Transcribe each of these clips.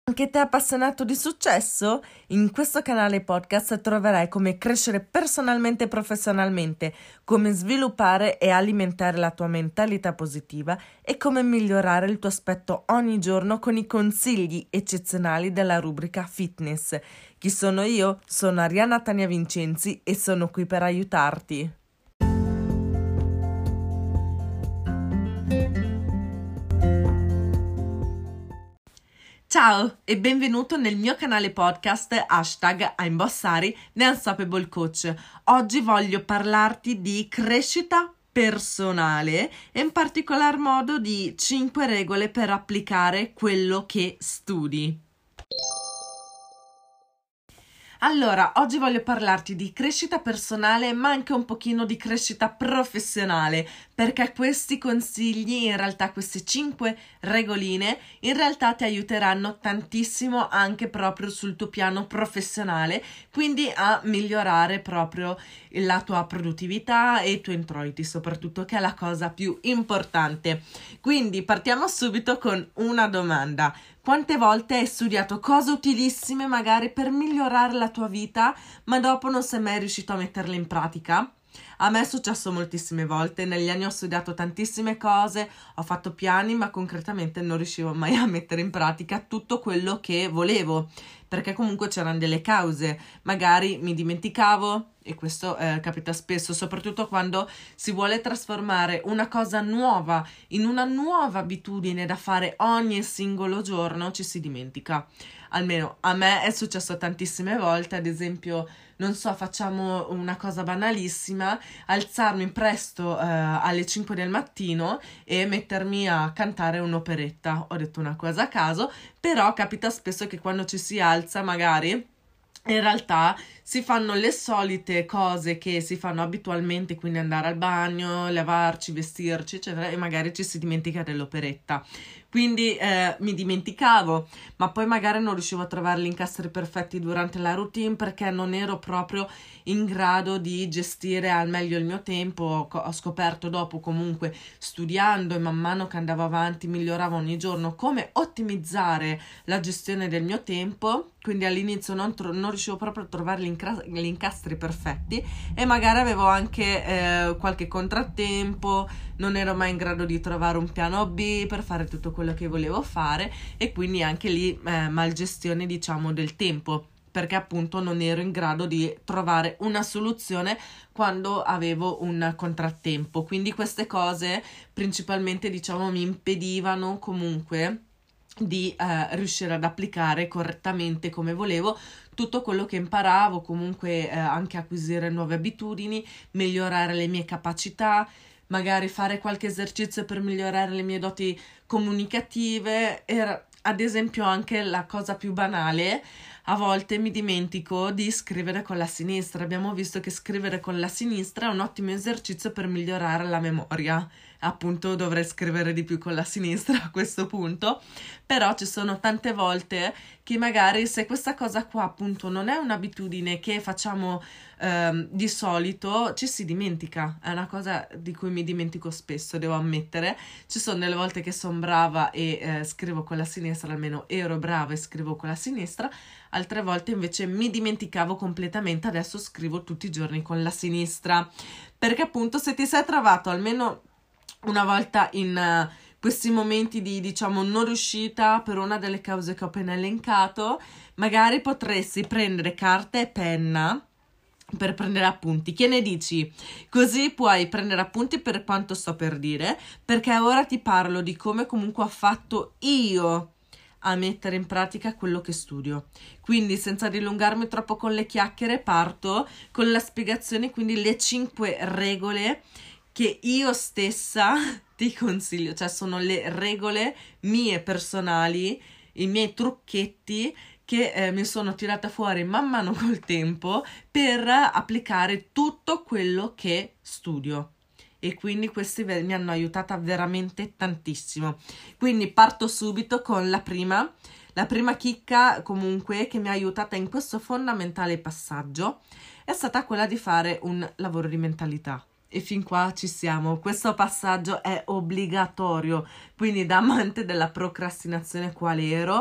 Anche te appassionato di successo? In questo canale podcast troverai come crescere personalmente e professionalmente, come sviluppare e alimentare la tua mentalità positiva e come migliorare il tuo aspetto ogni giorno con i consigli eccezionali della rubrica Fitness. Chi sono io? Sono Arianna Tania Vincenzi e sono qui per aiutarti. Ciao e benvenuto nel mio canale podcast #I'mBossari The Unstoppable Coach. Oggi voglio parlarti di crescita personale e in particolar modo di 5 regole per applicare quello che studi. Allora, oggi voglio parlarti di crescita personale, ma anche un pochino di crescita professionale, perché questi consigli, in realtà queste 5 regoline, in realtà ti aiuteranno tantissimo anche proprio sul tuo piano professionale, quindi a migliorare proprio la tua produttività e i tuoi introiti, soprattutto, che è la cosa più importante. Quindi partiamo subito con una domanda. Quante volte hai studiato cose utilissime magari per migliorare la tua vita, ma dopo non sei mai riuscito a metterle in pratica? A me è successo moltissime volte, negli anni ho studiato tantissime cose, ho fatto piani, ma concretamente non riuscivo mai a mettere in pratica tutto quello che volevo, perché comunque c'erano delle cause, magari mi dimenticavo, e questo capita spesso, soprattutto quando si vuole trasformare una cosa nuova in una nuova abitudine da fare ogni singolo giorno, ci si dimentica. Almeno a me è successo tantissime volte, ad esempio, non so, facciamo una cosa banalissima, alzarmi presto alle 5 del mattino e mettermi a cantare un'operetta. Ho detto una cosa a caso, però capita spesso che quando ci si alza magari in realtà si fanno le solite cose che si fanno abitualmente, quindi andare al bagno, lavarci, vestirci, eccetera, e magari ci si dimentica dell'operetta. Quindi mi dimenticavo, ma poi magari non riuscivo a trovare gli incastri perfetti durante la routine perché non ero proprio in grado di gestire al meglio il mio tempo. Ho scoperto dopo, comunque studiando e man mano che andavo avanti miglioravo ogni giorno come ottimizzare la gestione del mio tempo. Quindi all'inizio non riuscivo proprio a trovare gli incastri perfetti e magari avevo anche qualche contrattempo, non ero mai in grado di trovare un piano B per fare tutto quello che volevo fare, e quindi anche lì malgestione, diciamo, del tempo, perché appunto non ero in grado di trovare una soluzione quando avevo un contrattempo. Quindi queste cose principalmente, diciamo, mi impedivano comunque di riuscire ad applicare correttamente come volevo tutto quello che imparavo, comunque anche acquisire nuove abitudini, migliorare le mie capacità, magari fare qualche esercizio per migliorare le mie doti comunicative. Era ad esempio anche la cosa più banale: a volte mi dimentico di scrivere con la sinistra. Abbiamo visto che scrivere con la sinistra è un ottimo esercizio per migliorare la memoria. Appunto dovrei scrivere di più con la sinistra a questo punto, però ci sono tante volte che magari, se questa cosa qua appunto non è un'abitudine che facciamo di solito, ci si dimentica. È una cosa di cui mi dimentico spesso, devo ammettere. Ci sono delle volte che sono brava e scrivo con la sinistra, almeno ero brava e scrivo con la sinistra, altre volte invece mi dimenticavo completamente. Adesso scrivo tutti i giorni con la sinistra, perché appunto, se ti sei trovato almeno una volta in questi momenti di, diciamo, non riuscita per una delle cause che ho appena elencato, magari potresti prendere carta e penna per prendere appunti. Che ne dici? Così puoi prendere appunti per quanto sto per dire, perché ora ti parlo di come comunque ho fatto io a mettere in pratica quello che studio. Quindi, senza dilungarmi troppo con le chiacchiere, parto con la spiegazione, quindi le 5 regole che io stessa ti consiglio, cioè sono le regole mie personali, i miei trucchetti che mi sono tirata fuori man mano col tempo per applicare tutto quello che studio. E quindi questi mi hanno aiutata veramente tantissimo. Quindi parto subito con la prima chicca, comunque, che mi ha aiutata in questo fondamentale passaggio, è stata quella di fare un lavoro di mentalità. E fin qua ci siamo. Questo passaggio è obbligatorio, quindi da amante della procrastinazione quale ero,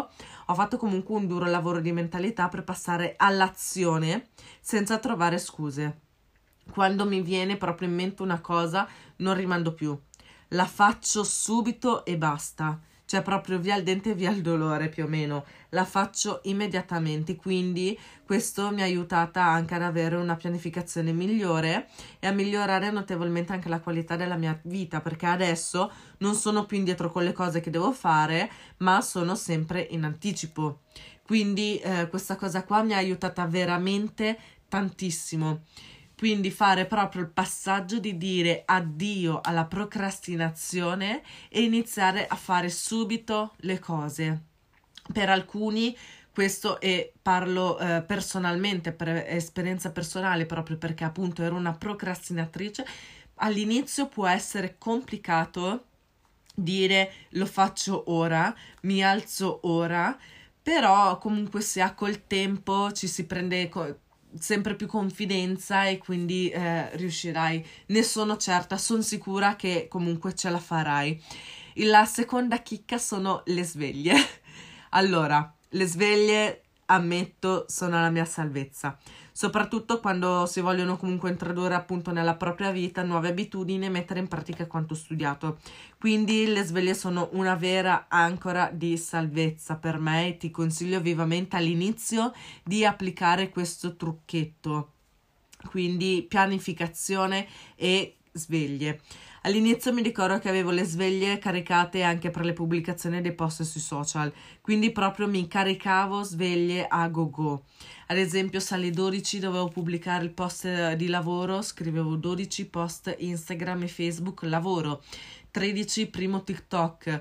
ho fatto comunque un duro lavoro di mentalità per passare all'azione senza trovare scuse. Quando mi viene proprio in mente una cosa, non rimando più, la faccio subito e basta. Cioè proprio via il dente e via il dolore, più o meno, la faccio immediatamente, quindi questo mi ha aiutata anche ad avere una pianificazione migliore e a migliorare notevolmente anche la qualità della mia vita, perché adesso non sono più indietro con le cose che devo fare, ma sono sempre in anticipo. Quindi questa cosa qua mi ha aiutata veramente tantissimo. Quindi fare proprio il passaggio di dire addio alla procrastinazione e iniziare a fare subito le cose. Per alcuni questo, e parlo personalmente, per esperienza personale, proprio perché appunto ero una procrastinatrice, all'inizio può essere complicato dire lo faccio ora, mi alzo ora, però comunque sia col tempo ci si prende sempre più confidenza e quindi riuscirai, ne sono certa, sono sicura che comunque ce la farai. La seconda chicca sono le sveglie. Allora, le sveglie, ammetto, sono la mia salvezza, soprattutto quando si vogliono comunque introdurre appunto nella propria vita nuove abitudini e mettere in pratica quanto studiato. Quindi le sveglie sono una vera ancora di salvezza per me e ti consiglio vivamente all'inizio di applicare questo trucchetto. Quindi pianificazione e sveglie. All'inizio mi ricordo che avevo le sveglie caricate anche per le pubblicazioni dei post sui social, quindi proprio mi caricavo sveglie a go. Ad esempio, se alle 12 dovevo pubblicare il post di lavoro, scrivevo 12 post Instagram e Facebook lavoro, 13 primo TikTok,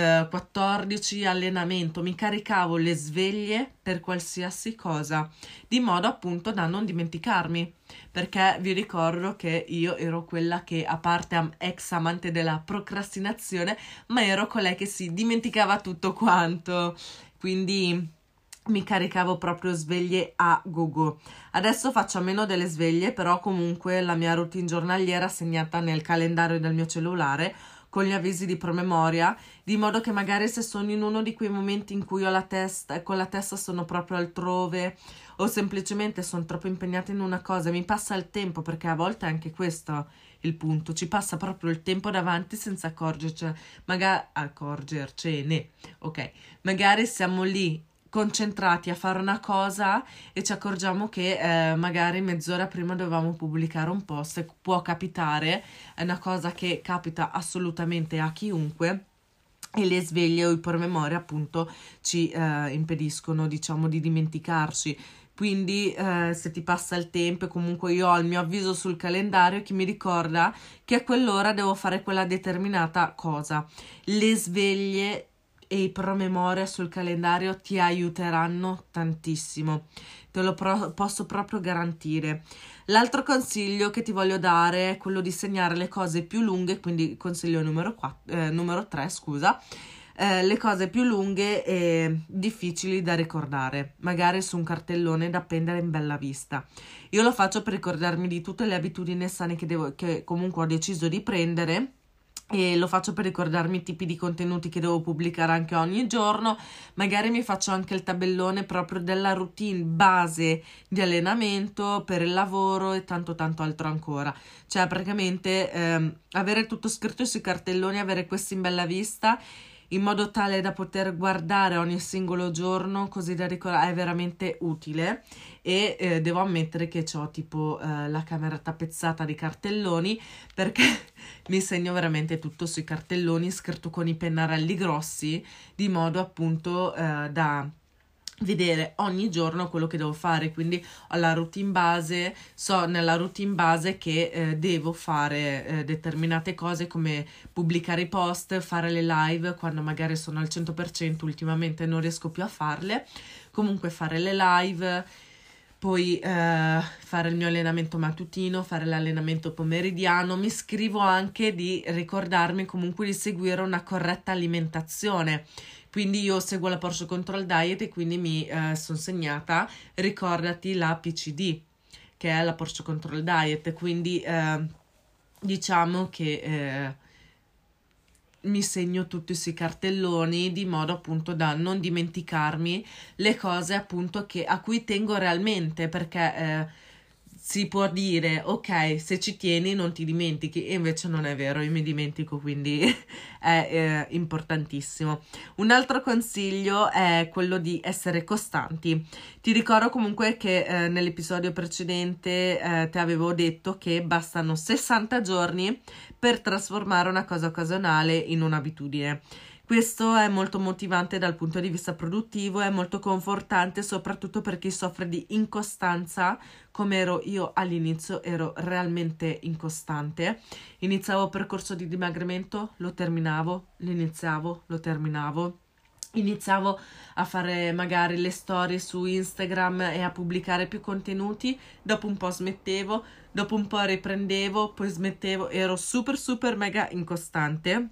14 allenamento, mi caricavo le sveglie per qualsiasi cosa, di modo appunto da non dimenticarmi, perché vi ricordo che io ero quella che, a parte ex amante della procrastinazione, ma ero quella che si dimenticava tutto quanto, quindi mi caricavo proprio sveglie a go. Adesso faccio a meno delle sveglie, però comunque la mia routine giornaliera segnata nel calendario del mio cellulare con gli avvisi di promemoria, di modo che magari se sono in uno di quei momenti in cui ho la testa, con la testa sono proprio altrove o semplicemente sono troppo impegnata in una cosa, mi passa il tempo, perché a volte è anche questo il punto, ci passa proprio il tempo davanti senza accorgercene, ok, magari siamo lì concentrati a fare una cosa e ci accorgiamo che magari mezz'ora prima dovevamo pubblicare un post. Può capitare, è una cosa che capita assolutamente a chiunque, e le sveglie o i promemoria appunto ci impediscono, diciamo, di dimenticarci. Quindi se ti passa il tempo e comunque io ho il mio avviso sul calendario che mi ricorda che a quell'ora devo fare quella determinata cosa. Le sveglie e i promemoria sul calendario ti aiuteranno tantissimo, te lo posso proprio garantire. L'altro consiglio che ti voglio dare è quello di segnare le cose più lunghe, quindi consiglio numero 3, scusa, le cose più lunghe e difficili da ricordare, magari su un cartellone da appendere in bella vista. Io lo faccio per ricordarmi di tutte le abitudini sane che comunque ho deciso di prendere, e lo faccio per ricordarmi i tipi di contenuti che devo pubblicare anche ogni giorno. Magari mi faccio anche il tabellone proprio della routine base di allenamento per il lavoro e tanto altro ancora, cioè praticamente avere tutto scritto sui cartelloni, avere questi in bella vista in modo tale da poter guardare ogni singolo giorno, così da ricordare, è veramente utile. E devo ammettere che ho tipo la camera tappezzata di cartelloni, perché mi segno veramente tutto sui cartelloni, scritto con i pennarelli grossi, di modo appunto da vedere ogni giorno quello che devo fare. Quindi ho la routine base, so nella routine base che devo fare determinate cose, come pubblicare i post, fare le live quando magari sono al 100%, ultimamente non riesco più a farle, comunque fare le live, poi fare il mio allenamento mattutino, fare l'allenamento pomeridiano. Mi scrivo anche di ricordarmi comunque di seguire una corretta alimentazione, quindi io seguo la Porsche Control Diet e quindi mi sono segnata ricordati la PCD, che è la Porsche Control Diet, quindi diciamo che mi segno tutti sui cartelloni di modo appunto da non dimenticarmi le cose appunto a cui tengo realmente, perché si può dire ok, se ci tieni non ti dimentichi, e invece non è vero, io mi dimentico, quindi è importantissimo. Un altro consiglio è quello di essere costanti. Ti ricordo comunque che nell'episodio precedente ti avevo detto che bastano 60 giorni per trasformare una cosa occasionale in un'abitudine. Questo è molto motivante dal punto di vista produttivo, è molto confortante soprattutto per chi soffre di incostanza, come ero io all'inizio, ero realmente incostante. Iniziavo il percorso di dimagrimento, lo terminavo, l'iniziavo, lo terminavo. Iniziavo a fare magari le storie su Instagram e a pubblicare più contenuti, dopo un po' smettevo, dopo un po' riprendevo, poi smettevo, ero super mega incostante.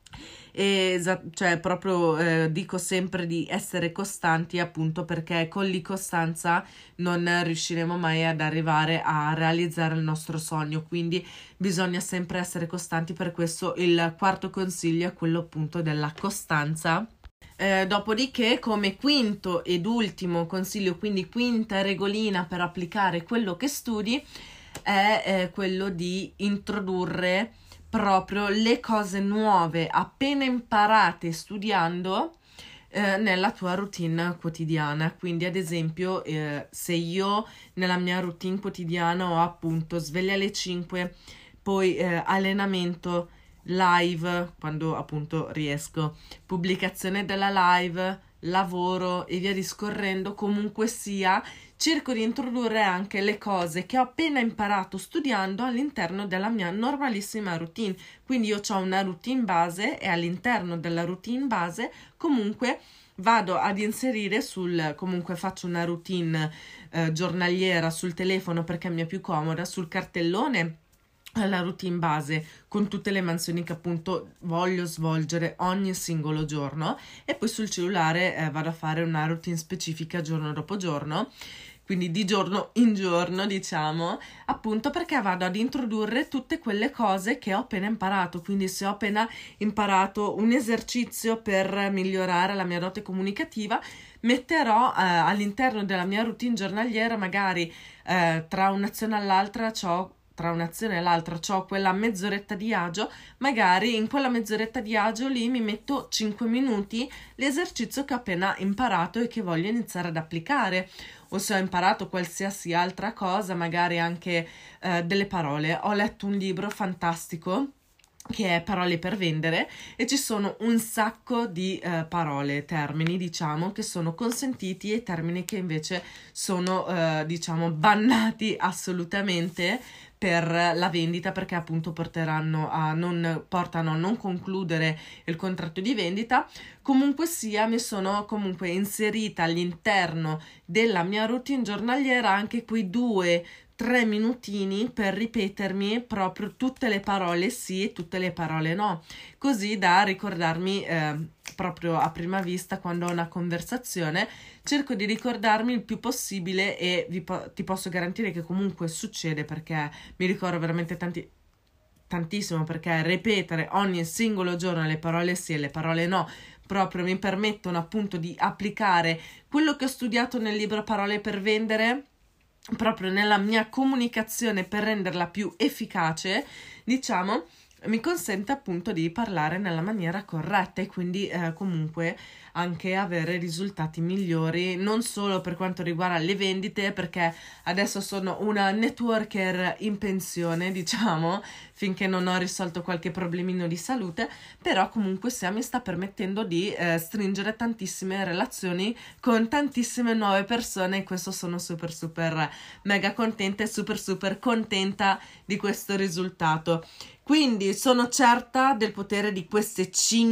Cioè proprio dico sempre di essere costanti, appunto perché con l'incostanza non riusciremo mai ad arrivare a realizzare il nostro sogno, quindi bisogna sempre essere costanti. Per questo il quarto consiglio è quello appunto della costanza. Dopodiché, come quinto ed ultimo consiglio, quindi quinta regolina per applicare quello che studi, è quello di introdurre proprio le cose nuove appena imparate studiando nella tua routine quotidiana. Quindi ad esempio se io nella mia routine quotidiana ho appunto sveglia alle 5, poi allenamento, live quando appunto riesco, pubblicazione della live, lavoro e via discorrendo, comunque sia cerco di introdurre anche le cose che ho appena imparato studiando all'interno della mia normalissima routine. Quindi io ho una routine base e all'interno della routine base comunque vado ad inserire comunque faccio una routine giornaliera sul telefono perché mi è più comoda, sul cartellone la routine base con tutte le mansioni che appunto voglio svolgere ogni singolo giorno, e poi sul cellulare vado a fare una routine specifica giorno dopo giorno, quindi di giorno in giorno, diciamo, appunto perché vado ad introdurre tutte quelle cose che ho appena imparato. Quindi se ho appena imparato un esercizio per migliorare la mia dote comunicativa, metterò all'interno della mia routine giornaliera, magari tra un'azione e l'altra c'ho quella mezz'oretta di agio, magari in quella mezz'oretta di agio lì mi metto 5 minuti l'esercizio che ho appena imparato e che voglio iniziare ad applicare. O se ho imparato qualsiasi altra cosa, magari anche delle parole. Ho letto un libro fantastico che è Parole per vendere, e ci sono un sacco di parole, termini diciamo, che sono consentiti e termini che invece sono diciamo bannati assolutamente per la vendita, perché appunto portano a non concludere il contratto di vendita. Comunque sia, mi sono comunque inserita all'interno della mia routine giornaliera anche quei 2-3 minutini per ripetermi proprio tutte le parole sì e tutte le parole no, così da ricordarmi proprio a prima vista quando ho una conversazione. Cerco di ricordarmi il più possibile e ti posso garantire che comunque succede, perché mi ricordo veramente tantissimo, perché ripetere ogni singolo giorno le parole sì e le parole no proprio mi permettono appunto di applicare quello che ho studiato nel libro Parole per vendere proprio nella mia comunicazione per renderla più efficace, diciamo. Mi consente appunto di parlare nella maniera corretta e quindi comunque anche avere risultati migliori, non solo per quanto riguarda le vendite, perché adesso sono una networker in pensione, diciamo, finché non ho risolto qualche problemino di salute, però comunque sia mi sta permettendo di stringere tantissime relazioni con tantissime nuove persone, e questo sono super mega contenta e super contenta di questo risultato. Quindi sono certa del potere di queste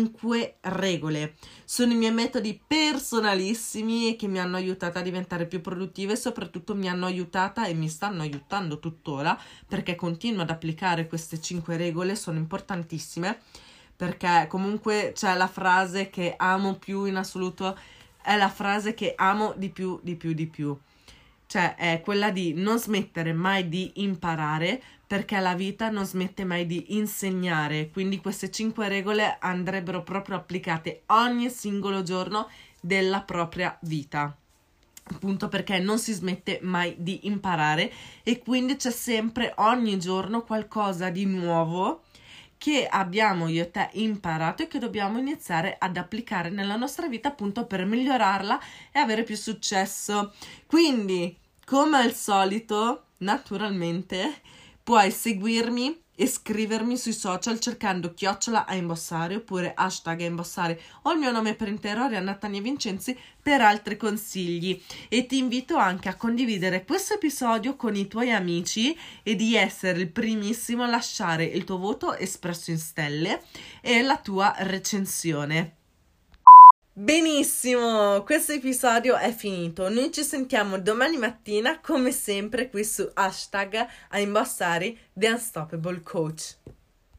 5 regole. Sono i miei metodi personalissimi che mi hanno aiutata a diventare più produttiva, e soprattutto mi hanno aiutata e mi stanno aiutando tuttora, perché continuo ad applicare queste 5 regole, sono importantissime, perché comunque c'è la frase che amo più in assoluto, è la frase che amo di più. cioè è quella di non smettere mai di imparare, perché la vita non smette mai di insegnare. Quindi queste 5 regole andrebbero proprio applicate ogni singolo giorno della propria vita, appunto perché non si smette mai di imparare e quindi c'è sempre ogni giorno qualcosa di nuovo che abbiamo io e te imparato e che dobbiamo iniziare ad applicare nella nostra vita, appunto per migliorarla e avere più successo. Quindi, come al solito, naturalmente puoi seguirmi e scrivermi sui social cercando @aimbossare oppure #aimbossare o il mio nome per intero, Arianna Tania Vincenzi, per altri consigli. E ti invito anche a condividere questo episodio con i tuoi amici e di essere il primissimo a lasciare il tuo voto espresso in stelle e la tua recensione. Benissimo, questo episodio è finito. Noi ci sentiamo domani mattina come sempre qui su #aimbossare The Unstoppable Coach.